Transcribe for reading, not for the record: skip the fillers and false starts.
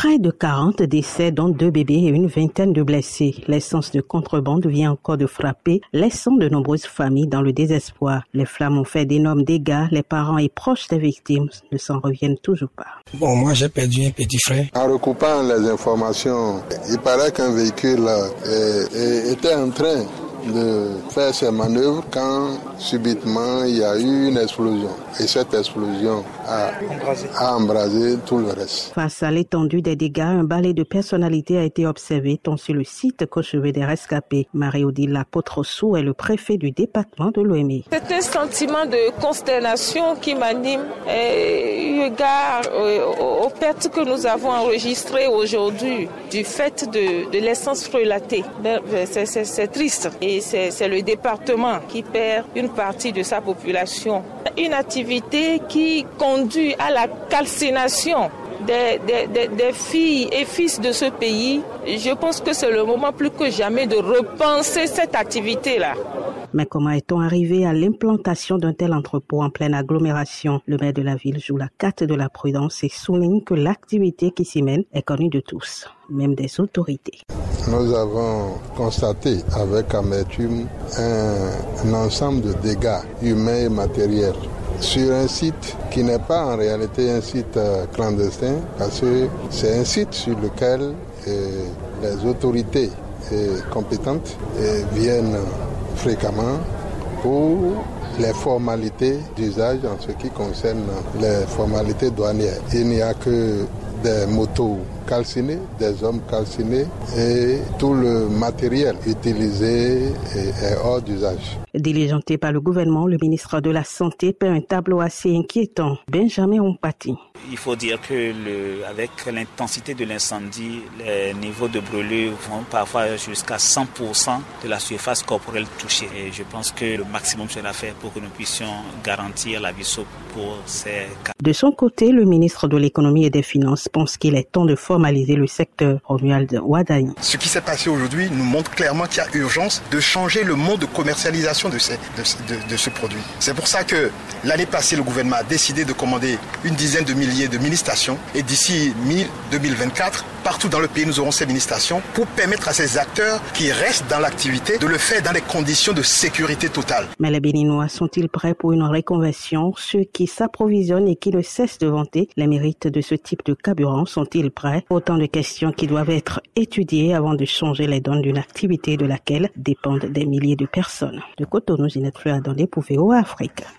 Près de 40 décès, dont 2 bébés et une vingtaine de blessés. L'essence de contrebande vient encore de frapper, laissant de nombreuses familles dans le désespoir. Les flammes ont fait d'énormes dégâts. Les parents et proches des victimes ne s'en reviennent toujours pas. Moi j'ai perdu un petit frère. En recoupant les informations, il paraît qu'un véhicule était en train de faire ses manœuvres quand subitement il y a eu une explosion. Et cette explosion a embrasé tout le reste. Face à l'étendue des dégâts, un balai de personnalités a été observé tant sur le site qu'au chevet des rescapés. Marie-Odile Potrossou est le préfet du département de l'OMI. C'est un sentiment de consternation qui m'anime eu égard aux pertes que nous avons enregistrées aujourd'hui du fait de l'essence frelatée. C'est triste et c'est le département qui perd une partie de sa population. Une activité qui conduit à la calcination des filles et fils de ce pays. Je pense que c'est le moment plus que jamais de repenser cette activité-là. Mais comment est-on arrivé à l'implantation d'un tel entrepôt en pleine agglomération? Le maire de la ville joue la carte de la prudence et souligne que l'activité qui s'y mène est connue de tous, même des autorités. Nous avons constaté avec amertume un ensemble de dégâts humains et matériels sur un site qui n'est pas en réalité un site clandestin, parce que c'est un site sur lequel les autorités compétentes viennent fréquemment pour les formalités d'usage en ce qui concerne les formalités douanières. Il n'y a que des motos calcinées, des hommes calcinés et tout le matériel utilisé est hors d'usage. Diligenté par le gouvernement, le ministre de la Santé peint un tableau assez inquiétant. Benjamin Ompati. Il faut dire que avec l'intensité de l'incendie, les niveaux de brûlure vont parfois jusqu'à 100% de la surface corporelle touchée. Et je pense que le maximum sera fait pour que nous puissions garantir la vie sauve pour ces cas. De son côté, le ministre de l'économie et des finances pense qu'il est temps de formaliser le secteur. Romuald Ouadani. Ce qui s'est passé aujourd'hui nous montre clairement qu'il y a urgence de changer le mode de commercialisation de ce produit. C'est pour ça que l'année passée, le gouvernement a décidé de commander une dizaine de milliers de mini-stations et d'ici 2024, partout dans le pays, nous aurons ces mini-stations pour permettre à ces acteurs qui restent dans l'activité de le faire dans des conditions de sécurité totale. Mais les Béninois sont-ils prêts pour une reconversion? Ceux qui s'approvisionnent et qui ne cessent de vanter les mérites de ce type de carburant sont-ils prêts? Autant de questions qui doivent être étudiées avant de changer les donnes d'une activité de laquelle dépendent des milliers de personnes. De Cotonou, Ginette Fleur dans les Pouvéo, Afrique.